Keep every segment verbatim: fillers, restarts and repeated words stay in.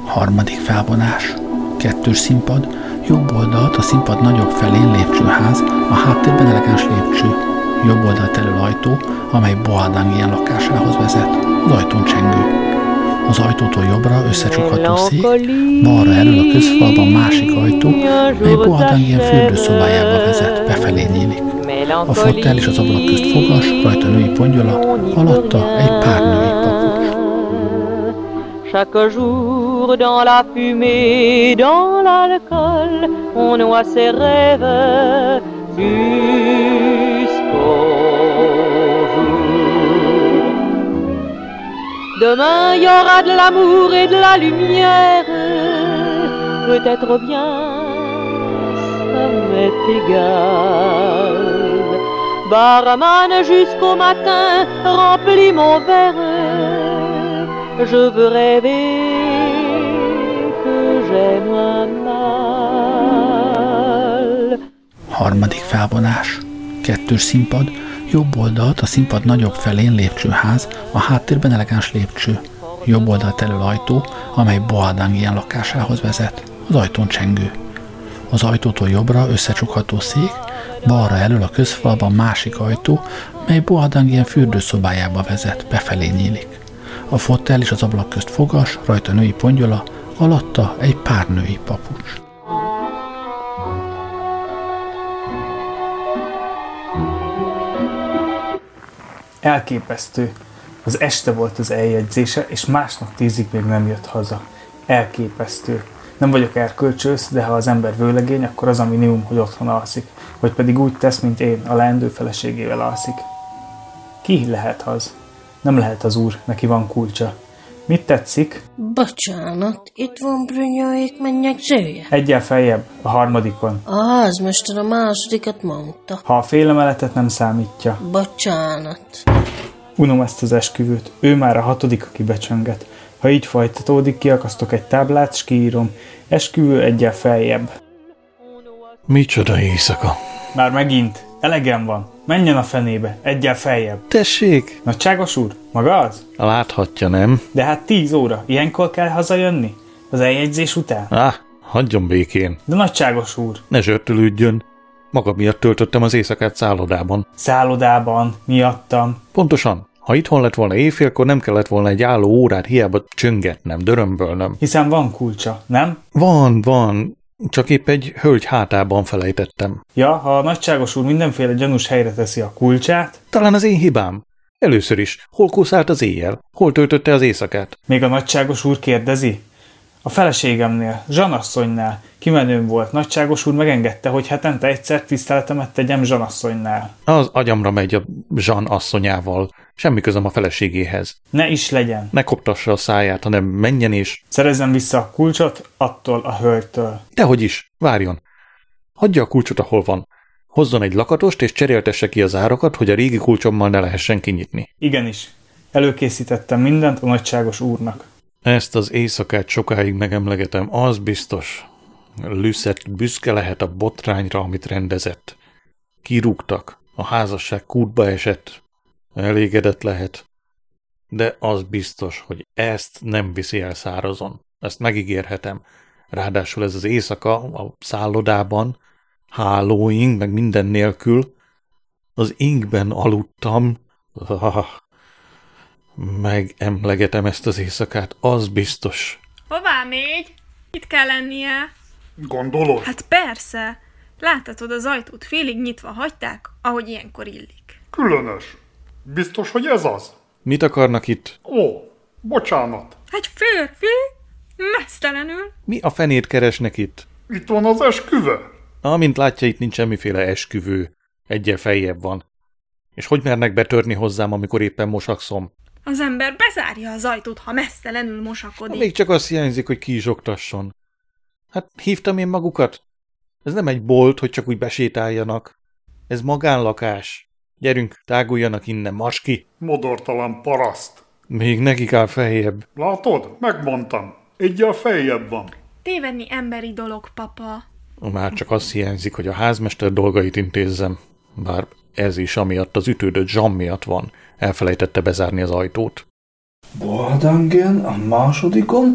Harmadik felvonás. Kettős színpad, jobb oldalt a színpad nagyobb felén lépcsőház, a háttérben elegáns lépcső. Jobb oldalt elől ajtó, amely Boadangien lakásához vezet. Az ajtón csengő. Az ajtótól jobbra összecsukható szék, balra elől a közfalban másik ajtó, mely Boadangien fürdőszobájába vezet, befelé nyílik. A fotel és az ablak közt fogas, rajta női pongyola, alatta egy pár női papucs. Chaque jour dans la fumée, dans l'alcool, on noie ses rêves jusqu'au jour. Demain il y aura de l'amour et de la lumière, peut-être bien ça m'est égal. Barman jusqu'au matin, remplis mon verre. Je veux rêver que j'aime un mal. Harmadik felvonás. Kettős színpad, jobb oldalt a színpad nagyobb felén lépcsőház, a háttérben elegáns lépcső. Jobb oldalt elől ajtó, amely Boadangien lakásához vezet. Az ajtón csengő. Az ajtótól jobbra összecsukható szék, balra elől a közfalban másik ajtó, mely Boadangien fürdőszobájába vezet, befelé nyílik. A fotel és az ablak közt fogas, rajta női pongyola, alatta egy pár női papucs. Elképesztő. Az este volt az eljegyzése, és másnap tízig még nem jött haza. Elképesztő. Nem vagyok erkölcsös, de ha az ember vőlegény, akkor az a minimum, hogy otthon alszik. Vagy pedig úgy tesz, mint én, a leendő feleségével alszik. Ki lehet az? Nem lehet az úr, neki van kulcsa. Mit tetszik? Bocsánat, itt van Brunyoék mennyegzője? Egyel feljebb, a harmadikon. A házmester a másodikat mondta. Ha a félemeletet nem számítja. Bocsánat. Unom ezt az esküvőt, ő már a hatodik, aki becsönget. Ha így folytatódik, kiakasztok egy táblát, s kiírom. Esküvő egyel feljebb. Micsoda éjszaka? Már megint. Elegem van. Menjen a fenébe. Egyel feljebb. Tessék! Nagyságos úr? Maga az? Láthatja, nem? De hát tíz óra. Ilyenkor kell hazajönni? Az eljegyzés után? Á, hagyjon békén. De nagyságos úr. Ne zsörtölődjön. Maga miatt töltöttem az éjszakát szállodában. Szállodában? Miattam? Pontosan. Ha itthon lett volna éjfélkor, nem kellett volna egy álló órát hiába csöngetnem, dörömbölnöm. Hiszen van kulcsa, nem? Van, van. Csak épp egy hölgy hátában felejtettem. Ja, ha a nagyságos úr mindenféle gyanús helyre teszi a kulcsát... Talán az én hibám. Először is. Hol kószált az éjjel? Hol töltötte az éjszakát? Még a nagyságos úr kérdezi? A feleségemnél, Zsanasszonynál. Kimenőm volt. Nagyságos úr megengedte, hogy hetente egyszer tiszteletemet tegyem Zsanasszonynál. Az agyamra megy a Zsan asszonyával. Semmi közöm a feleségéhez. Ne is legyen. Ne koptassa a száját, hanem menjen és... Szerezzem vissza a kulcsot attól a hölgytől. Dehogy is. Várjon. Hagyja a kulcsot, ahol van. Hozzon egy lakatost, és cseréltesse ki az árakat, hogy a régi kulcsommal ne lehessen kinyitni. Igenis. Előkészítettem mindent a nagyságos úrnak. Ezt az éjszakát sokáig megemlegetem, az biztos. Lüsszet büszke lehet a botrányra, amit rendezett. Kirúgtak, a házasság kútba esett, elégedett lehet. De az biztos, hogy ezt nem viszi el szárazon. Ezt megígérhetem. Ráadásul ez az éjszaka a szállodában, hálóing, meg minden nélkül. Az ingben aludtam. Ah, megemlegetem ezt az éjszakát, az biztos. Hová még? Itt kell lennie. Gondolod? Hát persze. Láthatod, az ajtót félig nyitva hagyták, ahogy ilyenkor illik. Különös. Biztos, hogy ez az? Mit akarnak itt? Ó, bocsánat. Egy férfi? Mesztelenül. Mi a fenét keresnek itt? Itt van az esküvő. Amint látja, itt nincs semmiféle esküvő. Egyel feljebb van. És hogy mernek betörni hozzám, amikor éppen mosakszom? Az ember bezárja az ajtót, ha mesztelenül mosakodik. Még csak azt hiányzik, hogy ki is oktasson. Hát hívtam én magukat? Ez nem egy bolt, hogy csak úgy besétáljanak. Ez magánlakás. Gyerünk, táguljanak innen, mars ki! Modortalan paraszt. Még nekik áll feljebb. Látod? Megmondtam. Egyel feljebb van. Tévedni emberi dolog, papa. Már csak azt hiányzik, hogy a házmester dolgait intézzem. Bár ez is amiatt az ütődött Zsan miatt van. Elfelejtette bezárni az ajtót. Boadangien a másodikon,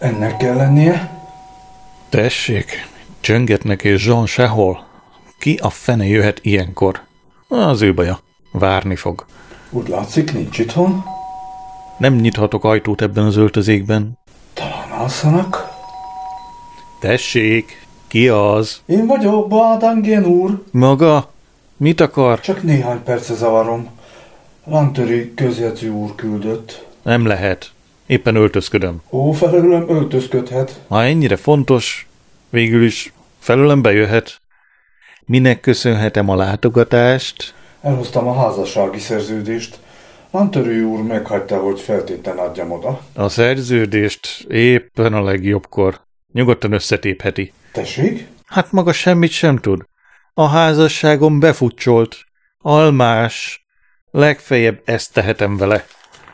Ennek kell lennie? Tessék, csöngetnek és Jean sehol. Ki a fene jöhet ilyenkor? Az ő baja. Várni fog. Úgy látszik, nincs itthon. Nem nyithatok ajtót ebben az öltözékben. Talán alszanak. Tessék, ki az? Én vagyok, Boadangén úr. Maga? Mit akar? Csak néhány perce zavarom. Lantöri közjegyző úr küldött. Nem lehet. Éppen öltözködöm. Ó, felőlem öltözködhet. Ha ennyire fontos, végül is felőlem bejöhet. Minek köszönhetem a látogatást? Elhoztam a házassági szerződést. Lantöri úr meghagyta, hogy feltétlen adjam oda. A szerződést éppen a legjobbkor. Nyugodtan összetépheti. Tessék? Hát maga semmit sem tud. A házasságom befutcsolt. Almás. Legfeljebb ezt tehetem vele.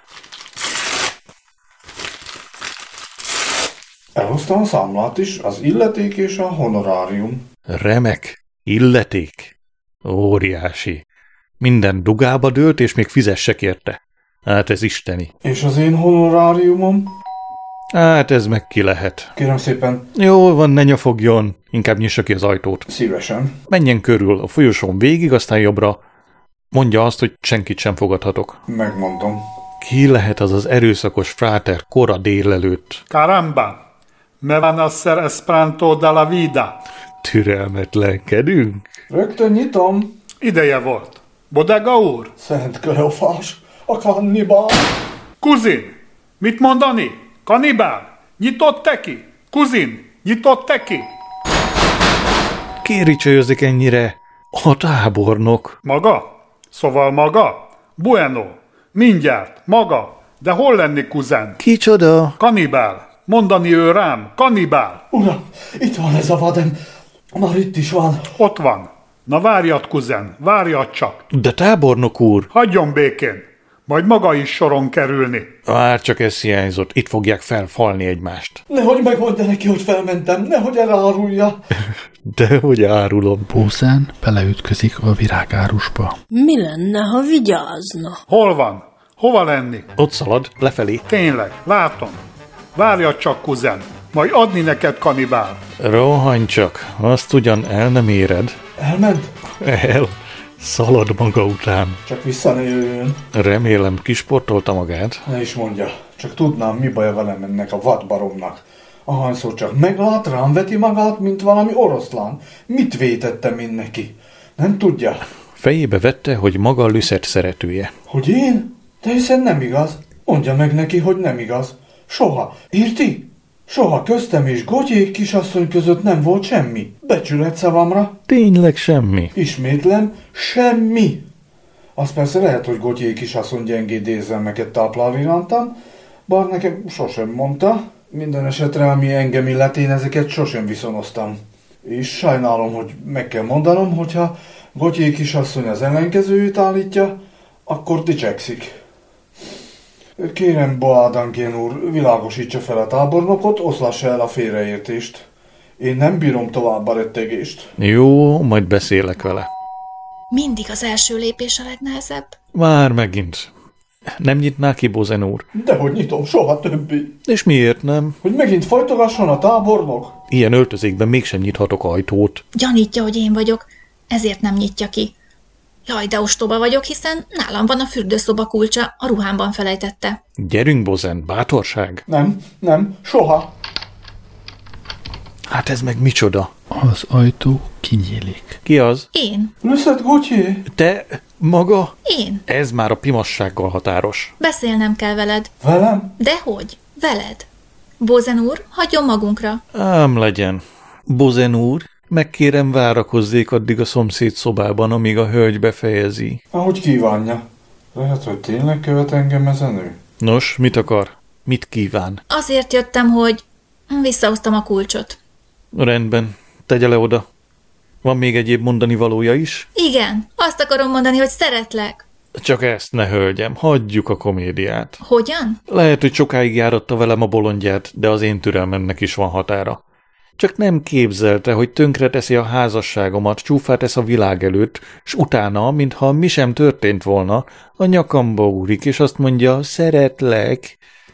Elhoztam a számlát is, az illeték és a honorárium. Remek. Illeték. Óriási. Minden dugába dőlt, és még fizessek érte. Hát ez isteni. És az én honoráriumom? Hát ez meg ki lehet. Kérem szépen. Jól van, ne nyafogjon. Inkább nyissa ki az ajtót. Szívesen. Menjen körül a folyosón végig, aztán jobbra. Mondja azt, hogy senkit sem fogadhatok. Megmondom. Ki lehet az az erőszakos fráter kora délelőtt? Caramba! Me van a ser Esperanto della vida. Türelmetlenkedünk? Rögtön nyitom. Ideje volt. Bodega úr? Szent Kleofás, a kannibál. Kuzin! Mit mondani? Kanibál? Nyitott te ki? Kuzin! Nyitott te ki? Kéri csőzik ennyire? A tábornok. Maga? Szóval maga? Bueno. Mindjárt. Maga. De hol lenni, kuzen? Kicsoda? Kanibál. Mondani ő rám. Kanibál. Uram, itt van ez a vadem. Már itt is van. Ott van. Na várjad, kuzen. Várjad csak. De tábornok úr. Hagyjon békén. Majd maga is soron kerülni. Már csak ez hiányzott. Itt fogják felfalni egymást. Nehogy megmondja neki, hogy felmentem. Nehogy elárulja. Dehogy árulom. Bózen beleütközik a virágárusba. Mi lenne, ha vigyázna? Hol van? Hova lenni? Ott szalad, lefelé. Tényleg, látom. Várjad csak, kuzen. Majd adni neked, kanibál. Rohanj csak, azt ugyan el nem éred. Elment? El. Szalad maga után. Csak vissza ne jöjjön. Remélem kisportolta magát. Ne is mondja. Csak tudnám, mi baja velem ennek a vadbaromnak. Ahányszor csak meglát, rám veti magát, mint valami oroszlán. Mit vétettem én neki? Nem tudja. Fejébe vette, hogy maga a Lüszert szeretője. Hogy én? De hiszen nem igaz. Mondja meg neki, hogy nem igaz. Soha. Érti? Soha köztem és Gotyék kisasszony között nem volt semmi. Becsület szavamra. Tényleg semmi. Ismétlem, semmi. Az persze lehet, hogy Gotyék kisasszony gyengéd érzelmeket táplál irántam, bár nekem sosem mondta. Minden esetre, ami engem illet, én ezeket sosem viszonoztam. És sajnálom, hogy meg kell mondanom, hogyha Gotyék kisasszony az ellenkezőjét állítja, akkor dicsekszik. Kérem, Boadangén úr, világosítsa fel a tábornokot, oszlassa el a félreértést. Én nem bírom tovább a rettegést. Jó, majd beszélek vele. Mindig az első lépés a legnehezebb. Már megint. Nem nyitná ki, Bozen úr? Dehogy nyitom, soha többé. És miért nem? Hogy megint folytogasson a tábornok? Ilyen öltözékben mégsem nyithatok ajtót. Gyanítja, hogy én vagyok, ezért nem nyitja ki. Jaj, de ostoba vagyok, hiszen nálam van a fürdőszoba kulcsa, a ruhámban felejtette. Gyerünk, Bozen, bátorság. Nem, nem, soha. Hát ez meg micsoda? Az ajtó kinyílik. Ki az? Én. Lüszert Gotyé? Te? Maga? Én. Ez már a pimassággal határos. Beszélnem kell veled. Velem? Dehogy? Veled. Bozen úr, hagyjon magunkra. Ám legyen. Bozen úr, megkérem várakozzék addig a szomszéd szobában, amíg a hölgy befejezi. Ahogy kívánja. Lehet, hogy tényleg követ engem ez a nő? Nos, mit akar? Mit kíván? Azért jöttem, hogy visszahoztam a kulcsot. Rendben, tegye le oda. Van még egyéb mondani valója is? Igen, azt akarom mondani, hogy szeretlek. Csak ezt ne, hölgyem, hagyjuk a komédiát. Hogyan? Lehet, hogy sokáig járatta velem a bolondját, de az én türelmemnek is van határa. Csak nem képzelte, hogy tönkre teszi a házasságomat, csúfát tesz a világ előtt, s utána, mintha mi sem történt volna, a nyakamba úrik, és azt mondja, szeretlek.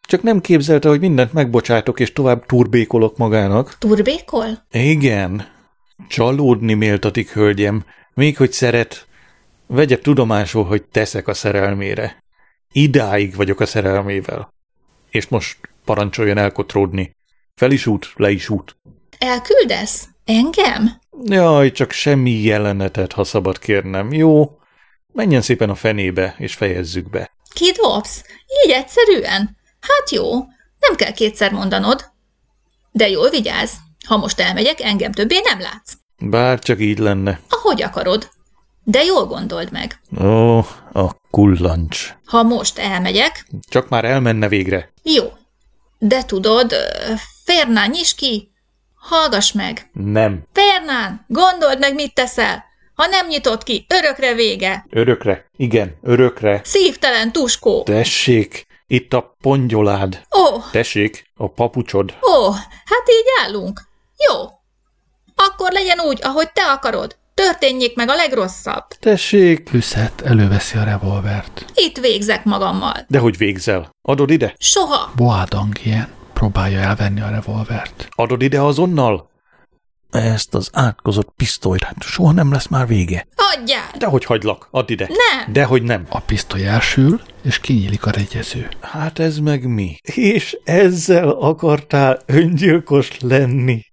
Csak nem képzelte, hogy mindent megbocsátok, és tovább turbékolok magának. Turbékol? Igen. Csalódni méltatik, hölgyem. Még hogy szeret. Vegye tudomásul, hogy teszek a szerelmére. Idáig vagyok a szerelmével. És most parancsoljon elkotródni. Fel is út, le is út. Elküldesz? Engem? Jaj, csak semmi jelenetet, ha szabad kérnem, jó? Menjen szépen a fenébe, és fejezzük be. Kidobsz? Így egyszerűen? Hát jó, nem kell kétszer mondanod. De jól vigyázz, ha most elmegyek, engem többé nem látsz. Bár csak így lenne. Ahogy akarod. De jól gondold meg. Ó, a kullancs. Ha most elmegyek... Csak már elmenne végre. Jó. De tudod, Fernán, nyisd ki! Hallgass meg! Nem. Fernán, gondold meg, mit teszel! Ha nem nyitod ki, örökre vége! Örökre, igen, örökre. Szívtelen tuskó! Tessék, itt a pongyolád. Ó! Tessék, a papucsod. Ó, hát így állunk. Jó. Akkor legyen úgy, ahogy te akarod. Történjék meg a legrosszabb. Tessék. Lucette előveszi a revolvert. Itt végzek magammal. Dehogy végzel. Adod ide? Soha. Boádangien próbálja elvenni a revolvert. Adod ide azonnal? Ezt az átkozott pisztolyt, hát soha nem lesz már vége. Adjál! Dehogy hagylak, add ide. Nem! Dehogy nem. A pisztoly elsül, és kinyílik a regyező. Hát ez meg mi? És ezzel akartál öngyilkos lenni?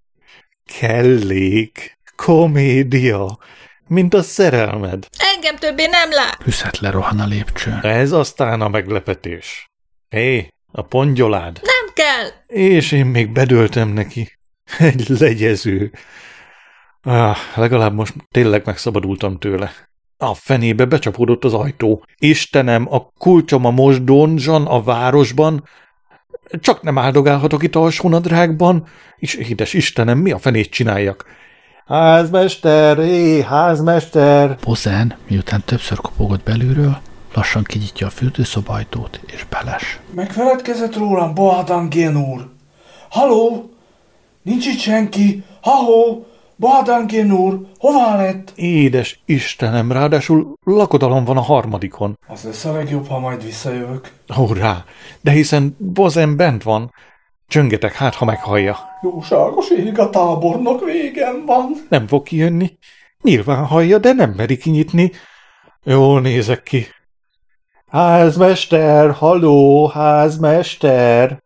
Kellék, komédia, mint a szerelmed. Engem többé nem lát. Lucette lerohan a lépcsőn. Ez aztán a meglepetés. Hé, a pongyolád. Nem kell! És én még bedöltem neki. Egy legyező. Ah, legalább most tényleg megszabadultam tőle. A fenébe becsapódott az ajtó. Istenem, a kulcsom a mosdónzsan a városban. Csak nem áldogálhatok itt alsónadrágban. És édes Istenem, mi a fenét csináljak? Házmester, hé, házmester! Bozen, miután többször kopogott belülről, lassan kinyitja a fürdőszoba ajtót, és beles. Megfeledkezett rólam, Boádangien úr! Haló? Nincs itt senki? Ha-hó! Boádangien úr, hová lett? Édes Istenem, ráadásul lakodalom van a harmadikon. Az lesz a legjobb, ha majd visszajövök. Hurrá! De hiszen Bozen bent van. Csöngetek, hát ha meghallja. Jóságos ég, a tábornok végem van. Nem fog kijönni. Nyilván hallja, de nem meri kinyitni. Jól nézek ki. Házmester, haló, házmester!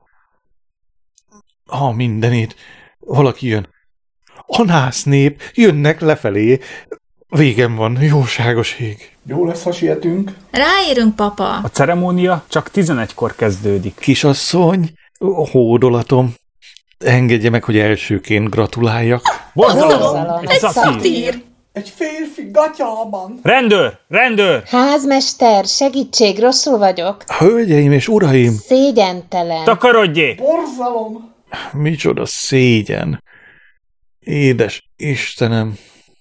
Ha mindenit, valaki jön. A násznép, jönnek lefelé. Végem van, jóságos ég. Jó lesz, ha sietünk. Ráérünk, papa. A ceremónia csak tizenegykor kezdődik. Kisasszony, hódolatom, engedje meg, hogy elsőként gratuláljak. Borzalom! Egy szatír! Egy férfi gatyában. Rendőr! Rendőr! Házmester, segítség, rosszul vagyok. Hölgyeim és uraim! Szégyentelen. Takarodjék! Borzalom! Micsoda szégyen! Édes Istenem!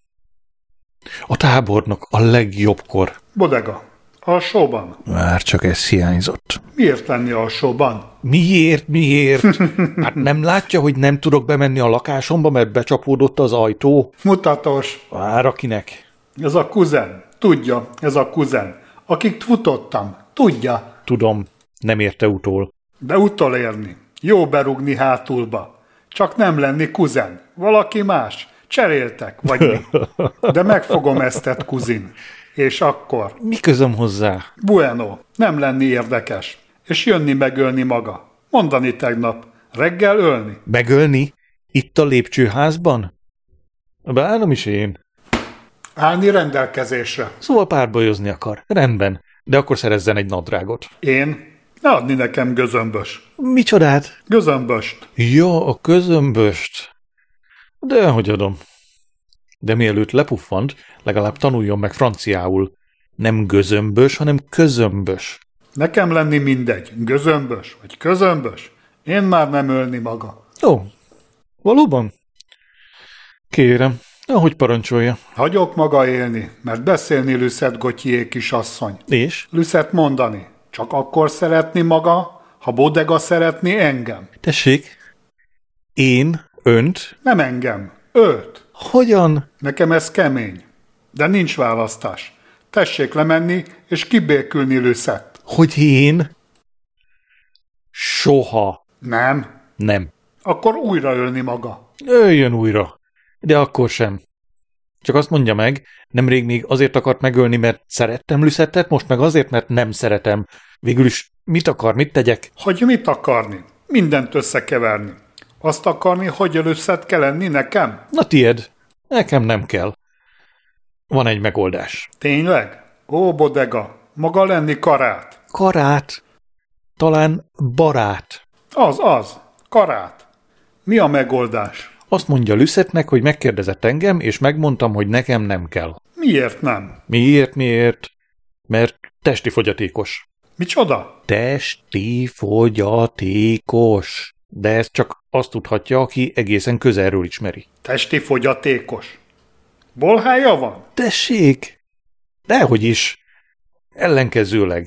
A tábornok a legjobbkor. Bodega. Alsóban. Már csak ez hiányzott. Miért lenni alsóban? Miért, miért? Hát nem látja, hogy nem tudok bemenni a lakásomba, mert becsapódott az ajtó? Mutatos. Vár akinek. Ez a kuzen. Tudja, ez a kuzen. Akik futottam. Tudja. Tudom, nem érte utol. De utolérni. Jó berúgni hátulba. Csak nem lenni kuzen. Valaki más. Cseréltek, vagy mi. De megfogom eztet, kuzin. És akkor... Mi közöm hozzá? Bueno, nem lenni érdekes. És jönni megölni maga. Mondani tegnap. Reggel ölni. Megölni? Itt a lépcsőházban? Bánom is én. Állni rendelkezésre. Szóval párbajozni akar. Rendben. De akkor szerezzen egy nadrágot. Én? Ne adni nekem gözömbös. Micsodát? Gözömböst. Ja, a közömböst. De hogy adom. De mielőtt lepuffant, legalább tanuljon meg franciául. Nem gözömbös, hanem közömbös. Nekem lenni mindegy. Gözömbös vagy közömbös. Én már nem ölni maga. Ó, valóban? Kérem, ahogy parancsolja. Hagyok maga élni, mert beszélni Lucette Gauthier kisasszony. És? Lucette mondani. Csak akkor szeretni maga, ha Bodega szeretni engem. Tessék, én önt? Nem engem, őt. Hogyan? Nekem ez kemény. De nincs választás. Tessék lemenni és kibékülni Lucette. Hogy én? Soha. Nem? Nem. Akkor újra ölni maga. Öljön újra. De akkor sem. Csak azt mondja meg, nemrég még azért akart megölni, mert szerettem Lüszettet, most meg azért, mert nem szeretem. Végül is mit akar, mit tegyek? Hogy mit akarni? Mindent összekeverni. Azt akarni, hogy Lüsszett kell lenni nekem? Na tied, nekem nem kell. Van egy megoldás. Tényleg? Ó, bodega, maga lenni karát. Karát? Talán barát. Az, az, karát. Mi a megoldás? Azt mondja Lüszettnek, hogy megkérdezett engem, és megmondtam, hogy nekem nem kell. Miért nem? Miért, miért? Mert testi fogyatékos. Micsoda? Testi fogyatékos. De ezt csak azt tudhatja, aki egészen közelről ismeri. Testi fogyatékos. Bolhája van? Tessék! Dehogy is. Ellenkezőleg.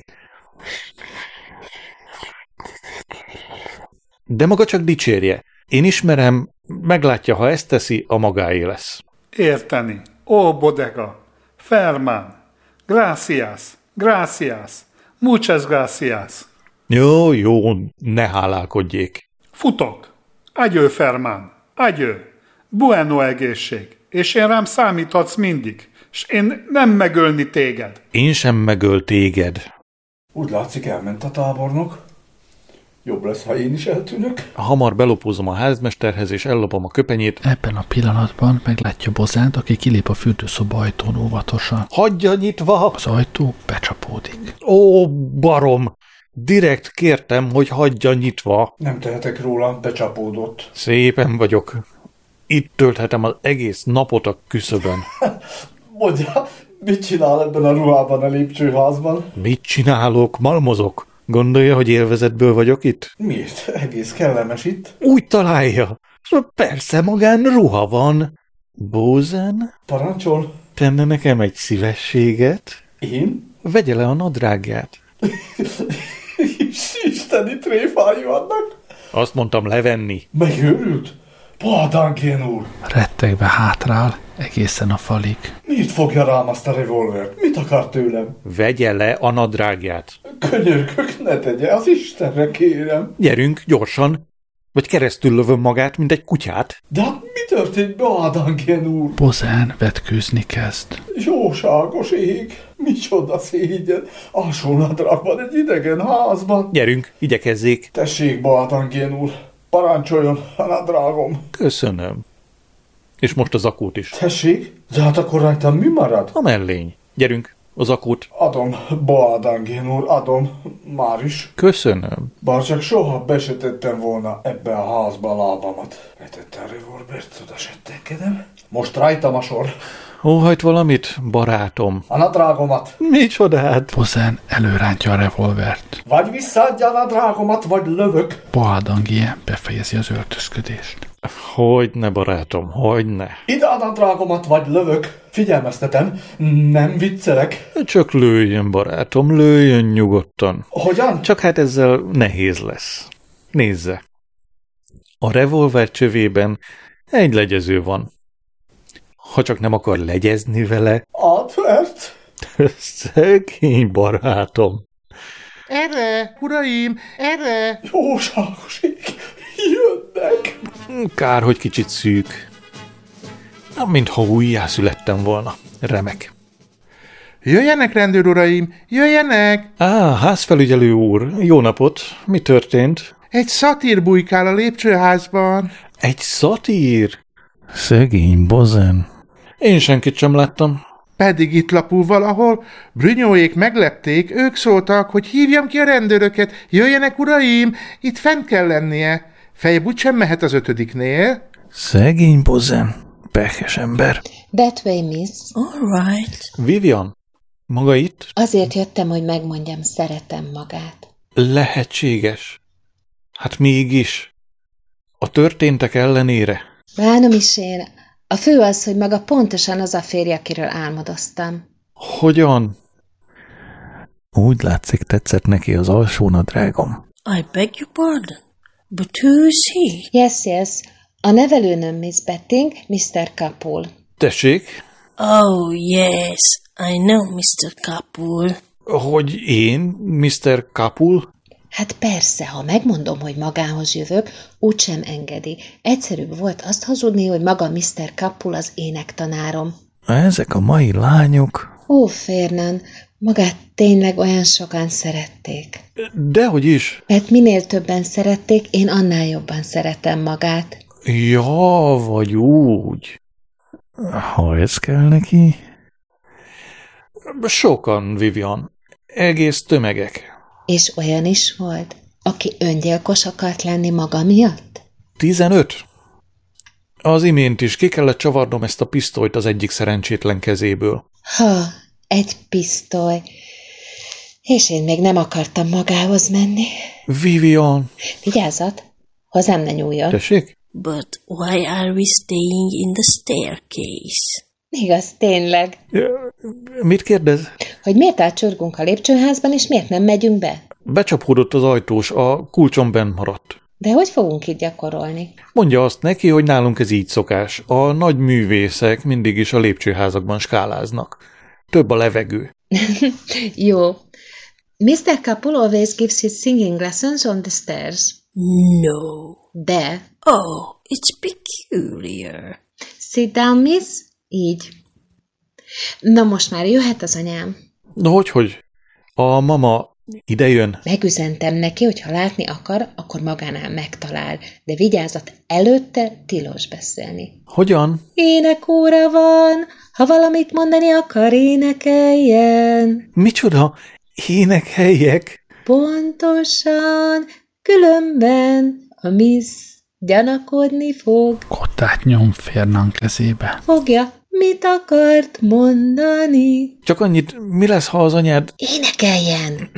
De maga csak dicsérje. Én ismerem, meglátja, ha ezt teszi, a magáé lesz. Érteni. Ó, bodega. Fermán. Gracias. Gracias. Muchas gracias. Jó, jó, ne hálálkodjék. Futok. Agyő, Fermán. Agyő. Bueno egészség. És én rám számíthatsz mindig. És én nem megölni téged. Én sem megöl téged. Úgy látszik, elment a tábornok. Jobb lesz, ha én is eltűnök. Hamar belopózom a házmesterhez, és ellopom a köpenyét. Ebben a pillanatban meglátja Bozánt, aki kilép a fürdőszoba ajtón óvatosan. Hagyja nyitva! Az ajtó becsapódik. Ó, barom! Direkt kértem, hogy hagyja nyitva. Nem tehetek róla, becsapódott. Szépen vagyok. Itt tölthetem az egész napot a küszöbön. Mondja, mit csinál ebben a ruhában a lépcsőházban? Mit csinálok? Malmozok. Gondolja, hogy élvezetből vagyok itt? Miért? Egész kellemes itt. Úgy találja. Persze, magán ruha van. Bózen? Parancsol? Tenne nekem egy szívességet? Én? Vegye le a nadrágját. Isteni tréfái vannak. Azt mondtam levenni. Megőrült? Pádánként úr! Rettegve hátrál egészen a falig. Miért fogja rám azt a revolvert? Mit akar tőlem? Vegye le a nadrágját. Könyörgök, ne tegye, az Istenre kérem. Gyerünk, gyorsan. Vagy keresztül lövöm magát, mint egy kutyát. De hát mi történt Pádánként úr? Bozán vetkőzni kezd. Jóságos ég! Micsoda szégyen! Alsónadrágban egy idegen házban. Gyerünk, igyekezzék. Tessék, Pádánként úr! Parancsoljon, nadrágom! Köszönöm. És most az akót is. Tessék? De hát akkor rajtam mi marad? A mellény. Gyerünk, az akót. Adom, Boadangén úr, adom. Már is. Köszönöm. Bár csak soha be se tettem volna ebbe a házba a lábamat. Letette a revolvert, oda settenkedem. Most rajtam a sor. Óhajt valamit, barátom? A nadrágomat. Micsodát? Bozán előrántja a revolvert. Vagy visszaadja a nadrágomat, vagy lövök. Boadangie befejezi az öltözködést. Hogyne, barátom, hogyne. Ide a nadrágomat, vagy lövök. Figyelmeztetem, nem viccelek. Csak lőjön, barátom, lőjön nyugodtan. Hogyan? Csak hát ezzel nehéz lesz. Nézze. A revolver csövében egy legyező van. Ha csak nem akar legyezni vele. Advert? Szegény barátom. Erre, uraim, erre! Jóságos ég, jönnek! Kár, hogy kicsit szűk. Mintha újjászülettem volna. Remek. Jöjjenek, rendőr uraim, jöjjenek! Á, házfelügyelő úr, jó napot. Mi történt? Egy szatír bujkál a lépcsőházban. Egy szatír? Szegény Bozen. Én senkit sem láttam. Pedig itt lapul valahol. Brünyóék meglepték, ők szóltak, hogy hívjam ki a rendőröket. Jöjjenek, uraim, itt fent kell lennie. Fejebb úgysem mehet az ötödiknél. Szegény Bozen. Pekes ember. That way, miss. All right. Vivian, maga itt? Azért jöttem, hogy megmondjam, szeretem magát. Lehetséges. Hát mégis. A történtek ellenére. Bánom is én. A fő az, hogy maga pontosan az a férj, akiről álmodoztam. Hogyan? Úgy látszik, tetszett neki az alsónadrágom. I beg your pardon, but who is he? Yes, yes. A nevelőnöm Miss Betting, miszter Kapul. Tessék? Oh, yes, I know miszter Kapul. Hogy én, miszter Kapul? Hát persze, ha megmondom, hogy magához jövök, úgysem engedi. Egyszerűbb volt azt hazudni, hogy maga miszter Kappul az énektanárom. Ezek a mai lányok... Ó, Fernand, magát tényleg olyan sokan szerették. Dehogy is. Mert minél többen szerették, én annál jobban szeretem magát. Ja, vagy úgy. Ha ez kell neki... Sokan, Vivian. Egész tömegek. És olyan is volt, aki öngyilkos akart lenni maga miatt? Tizenöt? Az imént is ki kellett csavarnom ezt a pisztolyt az egyik szerencsétlen kezéből. Ha, egy pisztoly. És én még nem akartam magához menni. Vivian! Vigyázzat, hozzám ne nyúljon. Tessék? But why are we staying in the staircase? Igaz, tényleg. Mit kérdez? Hogy miért átcsorgunk a lépcsőházban, és miért nem megyünk be? Becsapódott az ajtós, a kulcsom benn maradt. De hogy fogunk itt gyakorolni? Mondja azt neki, hogy nálunk ez így szokás. A nagy művészek mindig is a lépcsőházakban skáláznak. Több a levegő. Jó. miszter Kappul always gives his singing lessons on the stairs. No. De. Oh, it's peculiar. Sit down, miss. Így. Na most már jöhet az anyám. Na hogyhogy? A mama idejön? Megüzentem neki, hogy ha látni akar, akkor magánál megtalál. De vigyázzat, előtte tilos beszélni. Hogyan? Énekóra van, ha valamit mondani akar, énekeljen. Micsoda? Énekeljek? Pontosan, különben a miss gyanakodni fog. Kottát nyom Fernand kezébe. Fogja, mit akart mondani? Csak annyit, mi lesz, ha az anyád... Énekeljen!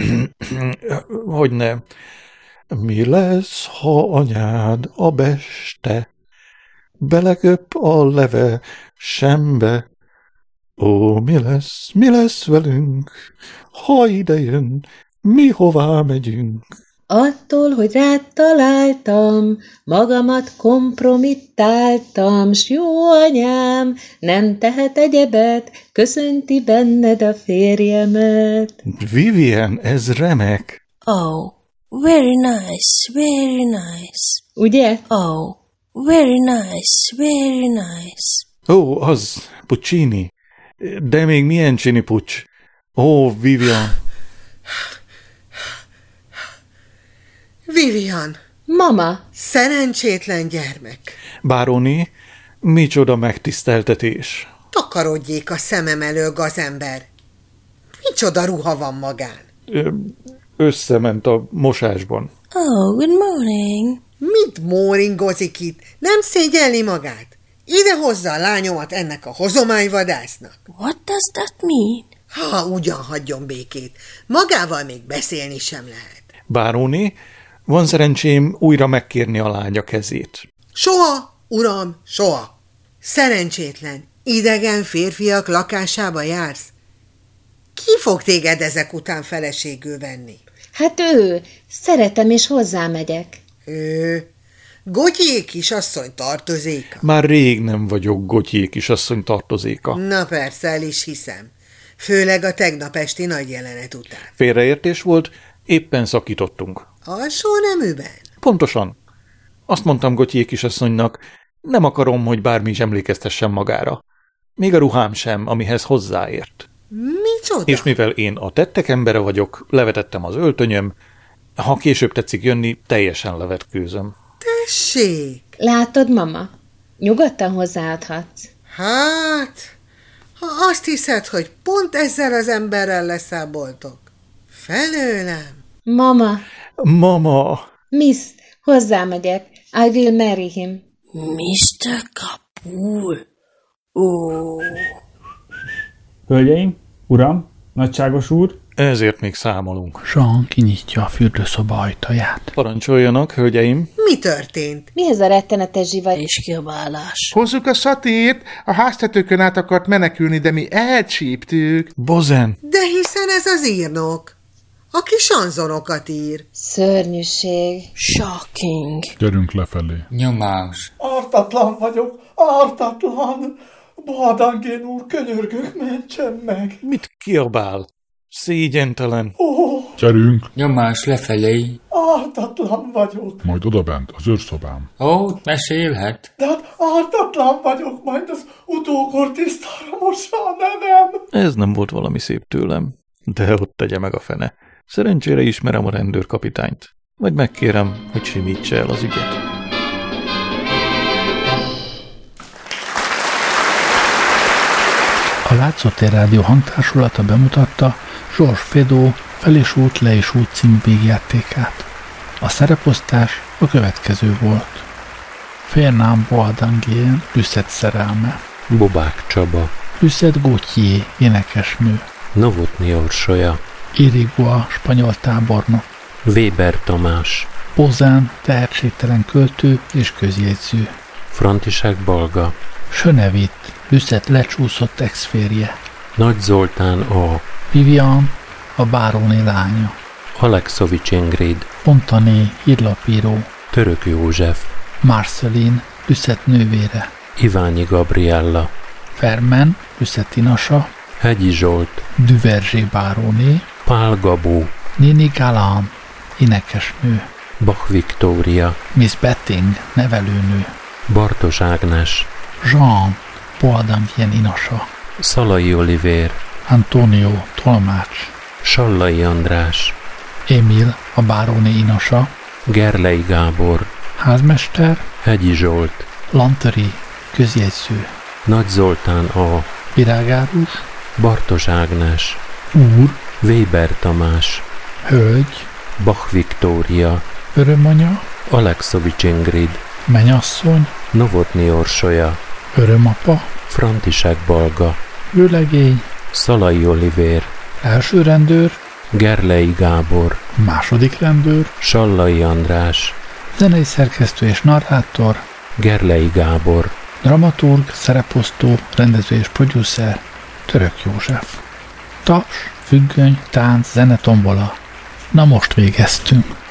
Hogyne. Mi lesz, ha anyád a beste beleköp a leve sembe? Ó, mi lesz, mi lesz velünk, ha idejön, mi hová megyünk? Attól, hogy rád találtam, magamat kompromittáltam, s jó anyám, nem tehet egyebet, köszönti benned a férjemet. Vivian, ez remek. Oh, very nice, very nice. Ugye? Oh, very nice, very nice. Ó, az, Puccini. De még milyen csinipucs. Ó, Vivian. Vivian! Mama! Szerencsétlen gyermek! Báróné, micsoda megtiszteltetés. Takarodjék a szemem elől, gazember! Micsoda ruha van magán? Ö, összement a mosásban. Oh, good morning. Mit móringozik itt? Nem szégyelli magát? Ide hozza a lányomat ennek a hozományvadásznak. What does that mean? Ha, ugyan hagyjon békét. Magával még beszélni sem lehet. Báróné, van szerencsém újra megkérni a lánya kezét. Soha, uram, soha. Szerencsétlen, idegen férfiak lakásába jársz. Ki fog téged ezek után feleségül venni? Hát ő, szeretem és hozzámegyek. Ő, Gottyé kisasszony tartozéka. Már rég nem vagyok Gottyé kisasszony tartozéka. Na persze, el is hiszem. Főleg a tegnap esti nagy jelenet után. Félreértés volt, éppen szakítottunk. Alsó neműben? Pontosan. Azt mondtam Gottyé kisasszonynak, nem akarom, hogy bármi is emlékeztessen magára. Még a ruhám sem, amihez hozzáért. Micsoda? És mivel én a tettek embere vagyok, levetettem az öltönyöm, ha később tetszik jönni, teljesen levetkőzöm. Tessék! Látod, mama? Nyugodtan hozzáadhatsz. Hát, ha azt hiszed, hogy pont ezzel az emberrel leszáboltok. Felőlem. Mama. Mama. Miss, hozzámegyek. I will marry him. miszter Kappul. Ó. Hölgyeim, uram, nagyságos úr. Ezért még számolunk. Jean kinyitja a fürdőszoba ajtaját. Parancsoljanak, hölgyeim. Mi történt? Mi ez a rettenetes zsivaj? És kiabálás. Hozzuk a szatírt, a háztetőkön át akart menekülni, de mi elcsíptük. Bozen. De hiszen ez az írnok, aki sanzonokat ír. Szörnyűség. Shocking. Gyerünk lefelé. Nyomás. Ártatlan vagyok, ártatlan. Boldangén úr, könyörgök, mentsen meg. Mit kiabál? Szégyentelen. Ó, Gyerünk! Nyomás lefelé. Ártatlan vagyok. Majd odabent, az őrszobám. Ó, mesélhet. De hát ártatlan vagyok, majd az utókor tisztára mossa a nevem. Ez nem volt valami szép tőlem, de ott tegye meg a fene. Szerencsére ismerem a rendőrkapitányt. Vagy megkérem, hogy simítse el az ügyet. A Látszótér Rádió hangtársulata bemutatta Georges Feydeau Fel és út, le és út című végjátékát. A szereposztás a következő volt. Fernand Boisdangier, Lucette szerelme. Bobák Csaba. Lucette Gauthier, énekesnő. Novotny Orsolya. Irigua, spanyol tábornok. Weber Tamás. Pozán, tehetségtelen költő és közjegyző. František Balga. Sönevit, Lucette lecsúszott ex-férje. Nagy Zoltán A. Vivian, a báróné lánya. Alexovics Ingrid. Pontané, hírlapíró. Török József. Marceline, Lucette nővére. Iványi Gabriella. Fermen, Lucette inasa. Hegyi Zsolt. Duvergé báróné. Pál Gabó. Nini Galán, énekesnő. Bach Viktória. Miss Betting, nevelőnő. Bartos Ágnes. Jean, Boisdangier inasa. Szalai Olivér. Antonio, tolmács. Sallai András. Emil, a báróné inasa. Gerlei Gábor. Házmester. Hegyi Zsolt. Lanteri, közjegyző. Nagy Zoltán A. Virágárus. Bartos Ágnes. Úr. Weber Tamás. Hölgy. Bach Viktória. Örömanya. Alexovics Ingrid. Menyasszony. Novotny Orsolya. Örömapa. František Balga. Vőlegény. Szalai Olivér. Első rendőr. Gerlei Gábor. Második rendőr. Sallai András. Zenei szerkesztő és narrátor. Gerlei Gábor. Dramaturg, szereposztó, rendező és producer. Török József. Tas, függöny, tánc, zene, tombola. Na most végeztünk.